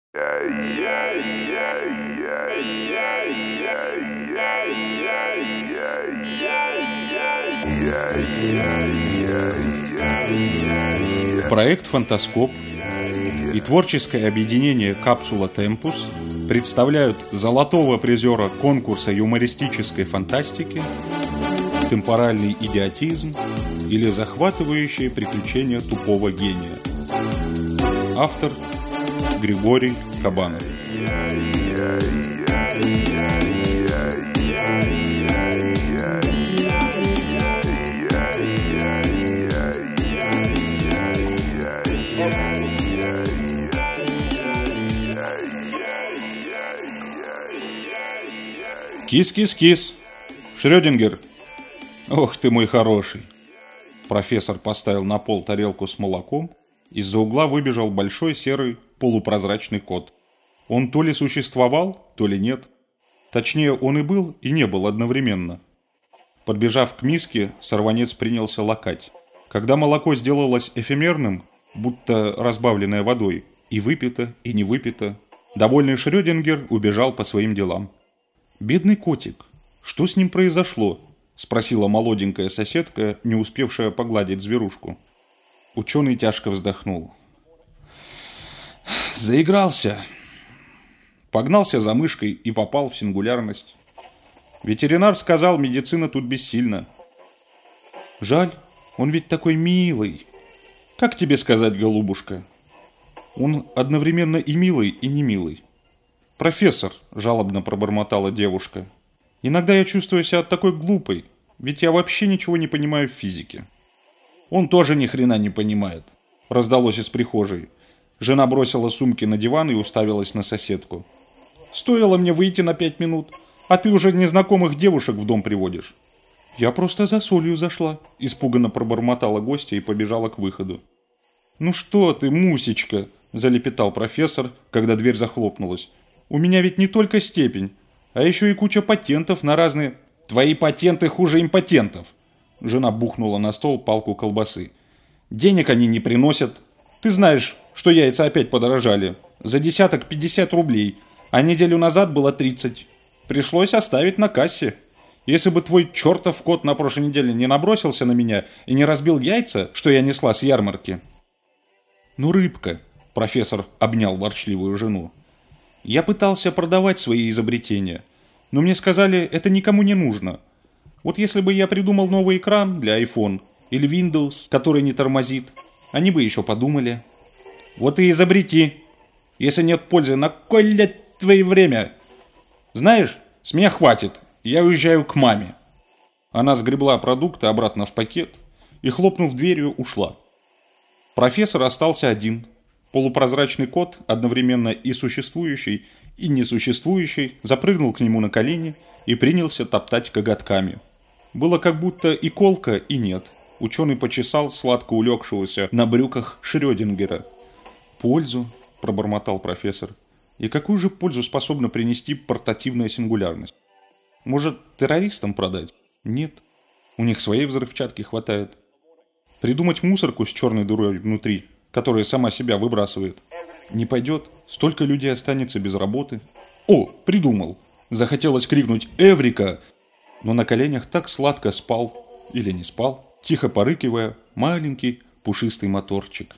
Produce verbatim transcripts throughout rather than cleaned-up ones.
Проект «Фантаскоп» и творческое объединение «Капсула Темпус» представляют золотого призера конкурса юмористической фантастики, темпоральный идиотизм или захватывающие приключения тупого гения. Автор Григорий Кабанов. Кис-кис-кис. Шрёдингер. Ох ты мой хороший. Профессор поставил на пол тарелку с молоком. Из-за угла выбежал большой серый полупрозрачный кот. Он то ли существовал, то ли нет. Точнее, он и был, и не был одновременно. Подбежав к миске, сорванец принялся лакать. Когда молоко сделалось эфемерным, будто разбавленное водой, и выпито, и не выпито, довольный Шрёдингер убежал по своим делам. «Бедный котик, что с ним произошло?» – спросила молоденькая соседка, не успевшая погладить зверушку. Ученый тяжко вздохнул. «Заигрался!» Погнался за мышкой и попал в сингулярность. Ветеринар сказал, медицина тут бессильна. «Жаль, он ведь такой милый!» «Как тебе сказать, голубушка?» «Он одновременно и милый, и не милый». «Профессор», – жалобно пробормотала девушка, – «иногда я чувствую себя такой глупой, ведь я вообще ничего не понимаю в физике». «Он тоже ни хрена не понимает», – раздалось из прихожей. Жена бросила сумки на диван и уставилась на соседку. «Стоило мне выйти на пять минут, а ты уже незнакомых девушек в дом приводишь». «Я просто за солью зашла», – испуганно пробормотала гостья и побежала к выходу. «Ну что ты, Мусечка», – залепетал профессор, когда дверь захлопнулась. «У меня ведь не только степень, а еще и куча патентов на разные...» «Твои патенты хуже импотентов!» Жена бухнула на стол палку колбасы. «Денег они не приносят. Ты знаешь, что яйца опять подорожали. За десяток пятьдесят рублей, а неделю назад было тридцать. Пришлось оставить на кассе. Если бы твой чертов кот на прошлой неделе не набросился на меня и не разбил яйца, что я несла с ярмарки...» «Ну, рыбка», – профессор обнял ворчливую жену. «Я пытался продавать свои изобретения, но мне сказали, это никому не нужно. Вот если бы я придумал новый экран для iPhone или Windows, который не тормозит, они бы еще подумали». «Вот и изобрети. Если нет пользы, на кой лет твое время? Знаешь, с меня хватит, я уезжаю к маме». Она сгребла продукты обратно в пакет и, хлопнув дверью, ушла. Профессор остался один. Полупрозрачный кот, одновременно и существующий, и несуществующий, запрыгнул к нему на колени и принялся топтать коготками. Было как будто и колко, и нет. Ученый почесал сладко улегшегося на брюках Шрёдингера. «Пользу», – пробормотал профессор. «И какую же пользу способна принести портативная сингулярность? Может, террористам продать? Нет. У них своей взрывчатки хватает. Придумать мусорку с черной дырой внутри, которая сама себя выбрасывает. Не пойдет, столько людей останется без работы». «О, придумал!» Захотелось крикнуть «Эврика!», но на коленях так сладко спал, или не спал, тихо порыкивая, маленький пушистый моторчик.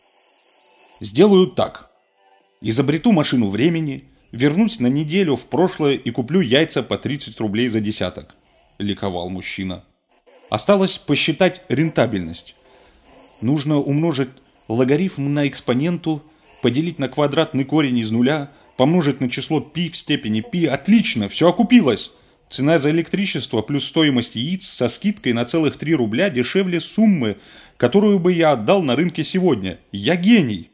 «Сделаю так. Изобрету машину времени, вернусь на неделю в прошлое и куплю яйца по тридцать рублей за десяток», – ликовал мужчина. Осталось посчитать рентабельность. Нужно умножить логарифм на экспоненту, поделить на квадратный корень из нуля, помножить на число π в степени π. Отлично, все окупилось. Цена за электричество плюс стоимость яиц со скидкой на целых три рубля дешевле суммы, которую бы я отдал на рынке сегодня. Я гений.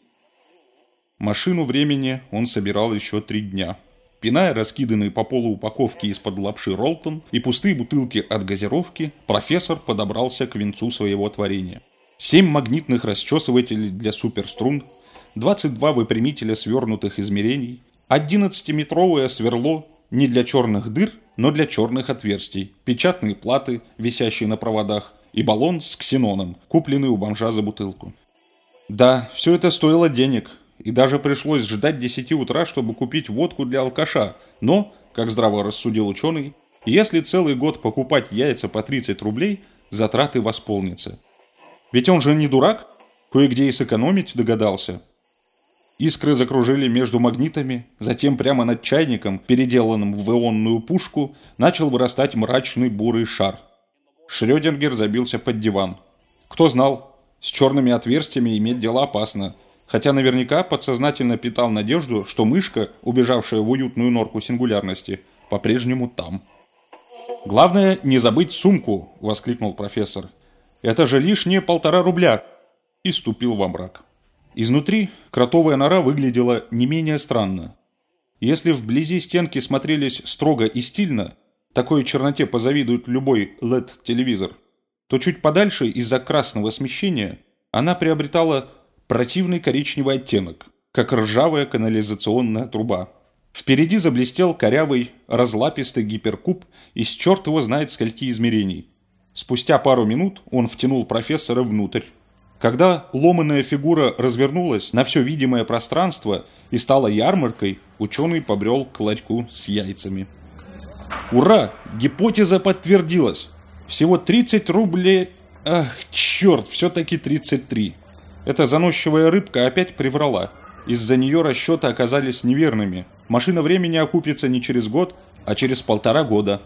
Машину времени он собирал еще три дня. Пиная раскиданные по полу упаковки из-под лапши Ролтон и пустые бутылки от газировки, профессор подобрался к венцу своего творения. Семь магнитных расчесывателей для суперструн, двадцать два выпрямителя свернутых измерений, одиннадцатиметровое сверло не для черных дыр, но для черных отверстий, печатные платы, висящие на проводах, и баллон с ксеноном, купленный у бомжа за бутылку. Да, все это стоило денег, и даже пришлось ждать десяти утра, чтобы купить водку для алкаша. Но, как здраво рассудил ученый, если целый год покупать яйца по тридцать рублей, затраты восполнятся. Ведь он же не дурак, кое-где и сэкономить догадался. Искры закружили между магнитами, затем прямо над чайником, переделанным в ионную пушку, начал вырастать мрачный бурый шар. Шрёдингер забился под диван. Кто знал, с черными отверстиями иметь дело опасно, хотя наверняка подсознательно питал надежду, что мышка, убежавшая в уютную норку сингулярности, по-прежнему там. «Главное, не забыть сумку!» – воскликнул профессор. «Это же лишние полтора рубля!» И ступил во мрак. Изнутри кротовая нора выглядела не менее странно. Если вблизи стенки смотрелись строго и стильно, такой черноте позавидует любой эл и ди-телевизор, то чуть подальше из-за красного смещения она приобретала противный коричневый оттенок, как ржавая канализационная труба. Впереди заблестел корявый, разлапистый гиперкуб из черт его знает скольки измерений. Спустя пару минут он втянул профессора внутрь. Когда ломаная фигура развернулась на все видимое пространство и стала ярмаркой, ученый побрел к ларьку с яйцами. Ура! Гипотеза подтвердилась! Всего тридцать рублей... Ах, черт, все-таки тридцать три. Эта заносчивая рыбка опять приврала. Из-за нее расчеты оказались неверными. Машина времени окупится не через год, а через полтора года.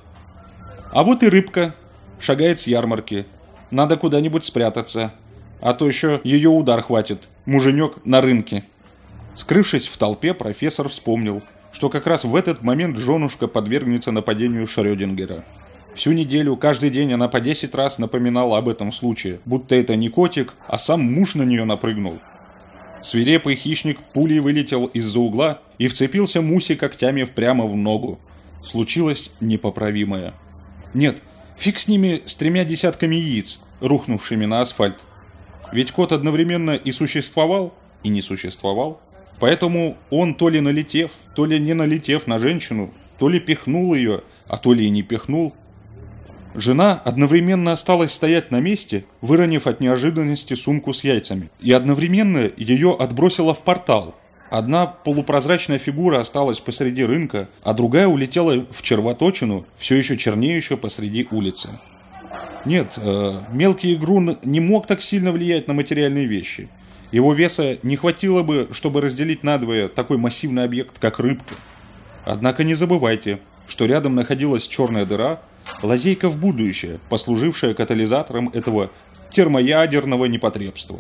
А вот и рыбка. Шагает с ярмарки. Надо куда-нибудь спрятаться. А то еще ее удар хватит. Муженек на рынке. Скрывшись в толпе, профессор вспомнил, что как раз в этот момент женушка подвергнется нападению Шрёдингера. Всю неделю, каждый день она по десять раз напоминала об этом случае, будто это не котик, а сам муж на нее напрыгнул. Свирепый хищник пулей вылетел из-за угла и вцепился Мусе когтями прямо в ногу. Случилось непоправимое. Нет, фиг с ними, с тремя десятками яиц, рухнувшими на асфальт. Ведь кот одновременно и существовал, и не существовал. Поэтому он, то ли налетев, то ли не налетев на женщину, то ли пихнул ее, а то ли и не пихнул. Жена одновременно осталась стоять на месте, выронив от неожиданности сумку с яйцами, и одновременно ее отбросило в портал. Одна полупрозрачная фигура осталась посреди рынка, а другая улетела в червоточину, все еще чернеющую посреди улицы. Нет, э, мелкий игрун не мог так сильно влиять на материальные вещи. Его веса не хватило бы, чтобы разделить надвое такой массивный объект, как рыбка. Однако не забывайте, что рядом находилась черная дыра, лазейка в будущее, послужившая катализатором этого термоядерного непотребства.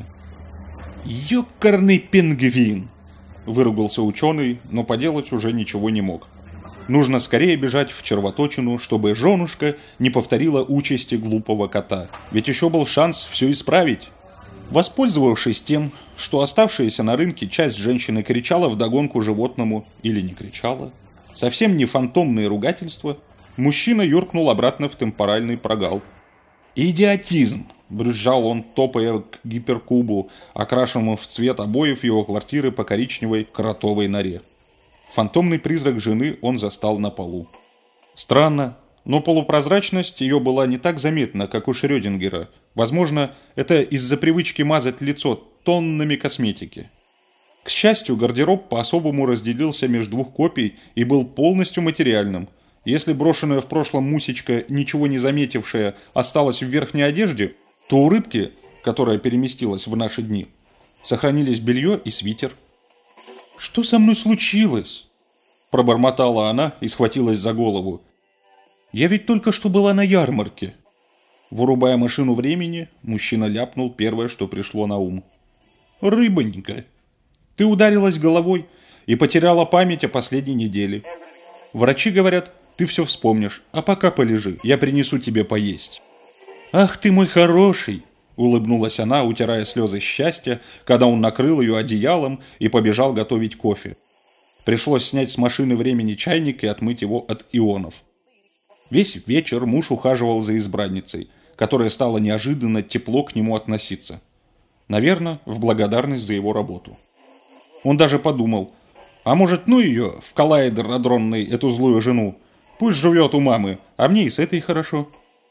«Ёкарный пингвин!» – выругался ученый, но поделать уже ничего не мог. Нужно скорее бежать в червоточину, чтобы женушка не повторила участи глупого кота. Ведь еще был шанс все исправить. Воспользовавшись тем, что оставшаяся на рынке часть женщины кричала вдогонку животному или не кричала, совсем не фантомные ругательства, мужчина юркнул обратно в темпоральный прогал. «Идиотизм!» – брюзжал он, топая к гиперкубу, окрашенному в цвет обоев его квартиры по коричневой кротовой норе. Фантомный призрак жены он застал на полу. Странно, но полупрозрачность ее была не так заметна, как у Шрёдингера. Возможно, это из-за привычки мазать лицо тоннами косметики. К счастью, гардероб по-особому разделился между двух копий и был полностью материальным. Если брошенная в прошлом Мусечка, ничего не заметившая, осталась в верхней одежде, то у рыбки, которая переместилась в наши дни, сохранились белье и свитер. «Что со мной случилось?» – пробормотала она и схватилась за голову. «Я ведь только что была на ярмарке». Вырубая машину времени, мужчина ляпнул первое, что пришло на ум. «Рыбонька, ты ударилась головой и потеряла память о последней неделе. Врачи говорят, ты все вспомнишь, а пока полежи, я принесу тебе поесть». «Ах ты мой хороший!» – улыбнулась она, утирая слезы счастья, когда он накрыл ее одеялом и побежал готовить кофе. Пришлось снять с машины времени чайник и отмыть его от ионов. Весь вечер муж ухаживал за избранницей, которая стала неожиданно тепло к нему относиться. Наверное, в благодарность за его работу. Он даже подумал, а может, ну ее, в коллайдер адронный, эту злую жену, пусть живет у мамы, а мне и с этой хорошо.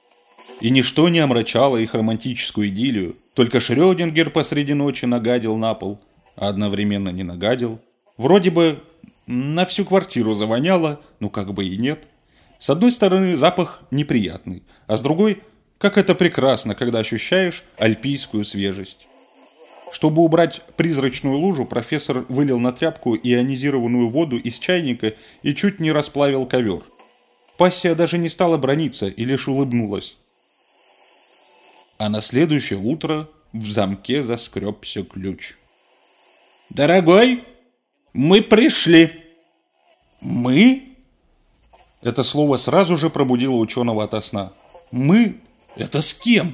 И ничто не омрачало их романтическую идиллию, только Шрёдингер посреди ночи нагадил на пол, а одновременно не нагадил. Вроде бы на всю квартиру завоняло, ну как бы и нет. С одной стороны, запах неприятный, а с другой, как это прекрасно, когда ощущаешь альпийскую свежесть. Чтобы убрать призрачную лужу, профессор вылил на тряпку ионизированную воду из чайника и чуть не расплавил ковер. Пассия даже не стала браниться и лишь улыбнулась. А на следующее утро в замке заскребся ключ. «Дорогой, мы пришли!» «Мы?» Это слово сразу же пробудило ученого ото сна. «Мы? Это с кем?»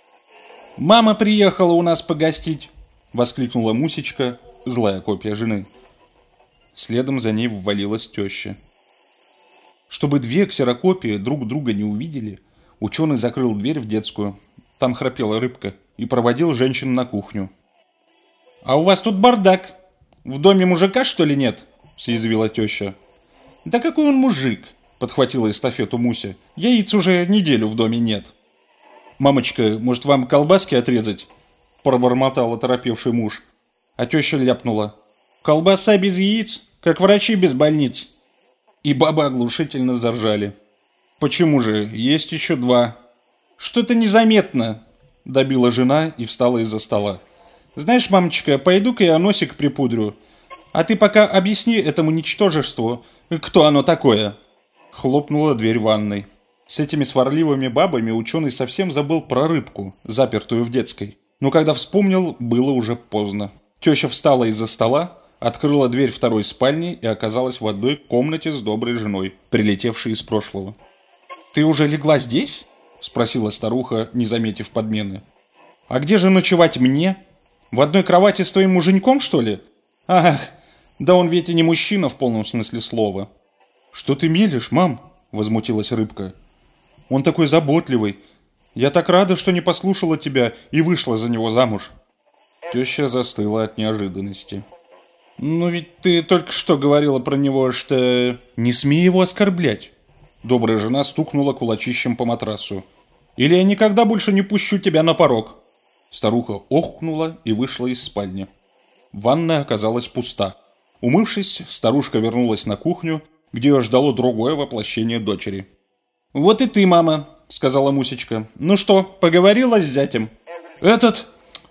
«Мама приехала у нас погостить!» — воскликнула Мусечка, злая копия жены. Следом за ней ввалилась теща. Чтобы две ксерокопии друг друга не увидели, ученый закрыл дверь в детскую, там храпела рыбка, и проводил женщин на кухню. «А у вас тут бардак! В доме мужика, что ли, нет?» — съязвила теща. «Да какой он мужик!» — подхватила эстафету Муся. «Яиц уже неделю в доме нет». «Мамочка, может, вам колбаски отрезать?» — пробормотал оторопевший муж. А теща ляпнула. «Колбаса без яиц, как врачи без больниц». И бабы оглушительно заржали. «Почему же? Есть еще два». «Что-то незаметно», — добила жена и встала из-за стола. «Знаешь, мамочка, пойду-ка я носик припудрю. А ты пока объясни этому ничтожеству, кто оно такое». Хлопнула дверь ванной. С этими сварливыми бабами ученый совсем забыл про рыбку, запертую в детской. Но когда вспомнил, было уже поздно. Теща встала из-за стола, открыла дверь второй спальни и оказалась в одной комнате с доброй женой, прилетевшей из прошлого. «Ты уже легла здесь?» — спросила старуха, не заметив подмены. «А где же ночевать мне? В одной кровати с твоим муженьком, что ли? Ах, да он ведь и не мужчина в полном смысле слова». «Что ты мелешь, мам?» — возмутилась рыбка. «Он такой заботливый. Я так рада, что не послушала тебя и вышла за него замуж». Теща застыла от неожиданности. «Ну ведь ты только что говорила про него, что...» «Не смей его оскорблять!» Добрая жена стукнула кулачищем по матрасу. «Или я никогда больше не пущу тебя на порог!» Старуха охнула и вышла из спальни. Ванная оказалась пуста. Умывшись, старушка вернулась на кухню, где ее ждало другое воплощение дочери. «Вот и ты, мама!» — сказала Мусечка. «Ну что, поговорила с зятем?» «Этот...»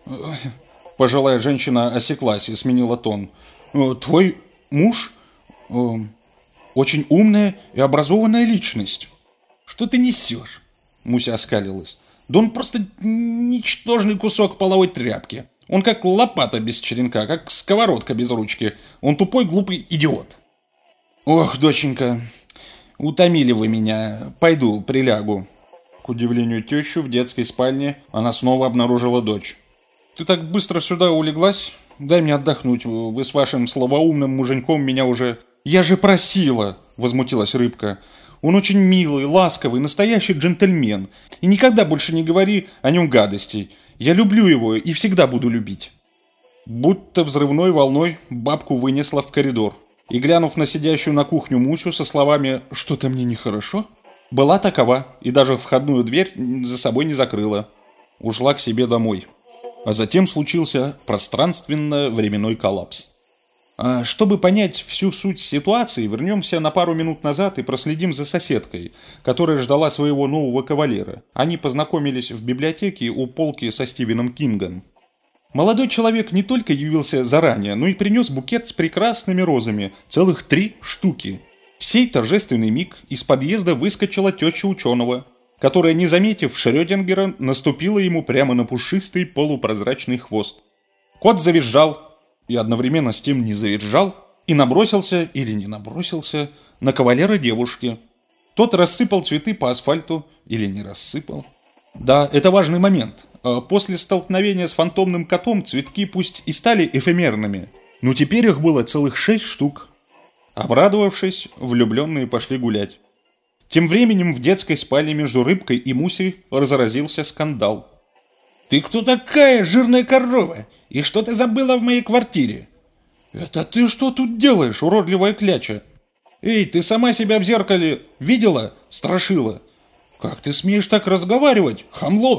Пожилая женщина осеклась и сменила тон. «Твой муж э, очень умная и образованная личность». «Что ты несешь?» Муся оскалилась. «Да он просто ничтожный кусок половой тряпки. Он как лопата без черенка, как сковородка без ручки. Он тупой, глупый идиот». «Ох, доченька, утомили вы меня. Пойду, прилягу». К удивлению тещи, в детской спальне она снова обнаружила дочь. «Ты так быстро сюда улеглась? Дай мне отдохнуть. Вы с вашим слабоумным муженьком меня уже...» «Я же просила!» — возмутилась рыбка. «Он очень милый, ласковый, настоящий джентльмен. И никогда больше не говори о нем гадостей. Я люблю его и всегда буду любить». Будто взрывной волной бабку вынесла в коридор. И, глянув на сидящую на кухню Мусю со словами «что-то мне нехорошо», была такова и даже входную дверь за собой не закрыла. Ушла к себе домой. А затем случился пространственно-временной коллапс. А чтобы понять всю суть ситуации, вернемся на пару минут назад и проследим за соседкой, которая ждала своего нового кавалера. Они познакомились в библиотеке у полки со Стивеном Кингом. Молодой человек не только явился заранее, но и принес букет с прекрасными розами, целых три штуки. В сей торжественный миг из подъезда выскочила теща ученого, которая, не заметив Шрёдингера, наступила ему прямо на пушистый полупрозрачный хвост. Кот завизжал, и одновременно с тем не завизжал, и набросился, или не набросился, на кавалера девушки. Тот рассыпал цветы по асфальту, или не рассыпал. Да, это важный момент. После столкновения с фантомным котом цветки пусть и стали эфемерными, но теперь их было целых шесть штук. Обрадовавшись, влюбленные пошли гулять. Тем временем в детской спальне между рыбкой и Мусей разразился скандал. «Ты кто такая, жирная корова? И что ты забыла в моей квартире?» «Это ты что тут делаешь, уродливая кляча?» «Эй, ты сама себя в зеркале видела, страшила?» «Как ты смеешь так разговаривать, хамло?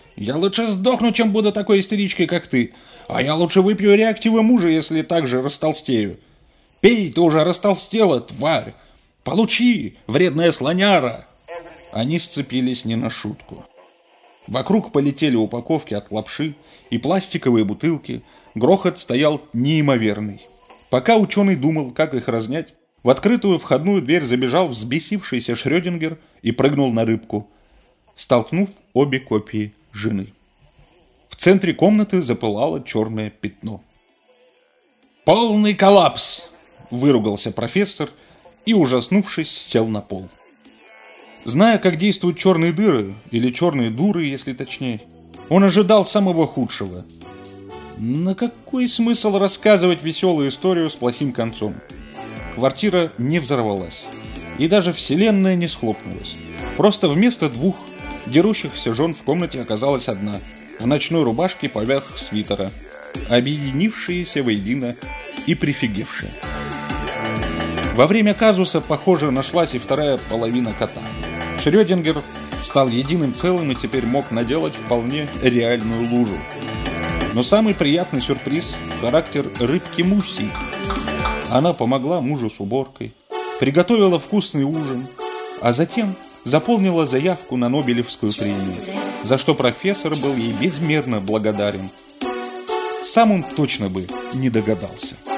Я лучше сдохну, чем буду такой истеричкой, как ты. А я лучше выпью реактивы мужа, если так же растолстею. Пей, ты уже растолстела, тварь. Получи, вредная слоняра. Они сцепились не на шутку. Вокруг полетели упаковки от лапши и пластиковые бутылки. Грохот стоял неимоверный. Пока ученый думал, как их разнять, в открытую входную дверь забежал взбесившийся Шрёдингер и прыгнул на рыбку, столкнув обе копии жены. В центре комнаты запылало черное пятно. «Полный коллапс!» – выругался профессор и, ужаснувшись, сел на пол. Зная, как действуют черные дыры, или черные дуры, если точнее, он ожидал самого худшего. На какой смысл рассказывать веселую историю с плохим концом? Квартира не взорвалась, и даже вселенная не схлопнулась. Просто вместо двух дерущихся жен в комнате оказалась одна, в ночной рубашке поверх свитера, объединившиеся воедино и прифигевшие. Во время казуса, похоже, нашлась и вторая половина кота. Шрёдингер стал единым целым и теперь мог наделать вполне реальную лужу. Но самый приятный сюрприз – характер рыбки Муси. Она помогла мужу с уборкой, приготовила вкусный ужин, а затем заполнила заявку на Нобелевскую премию, за что профессор был ей безмерно благодарен. Сам он точно бы не догадался.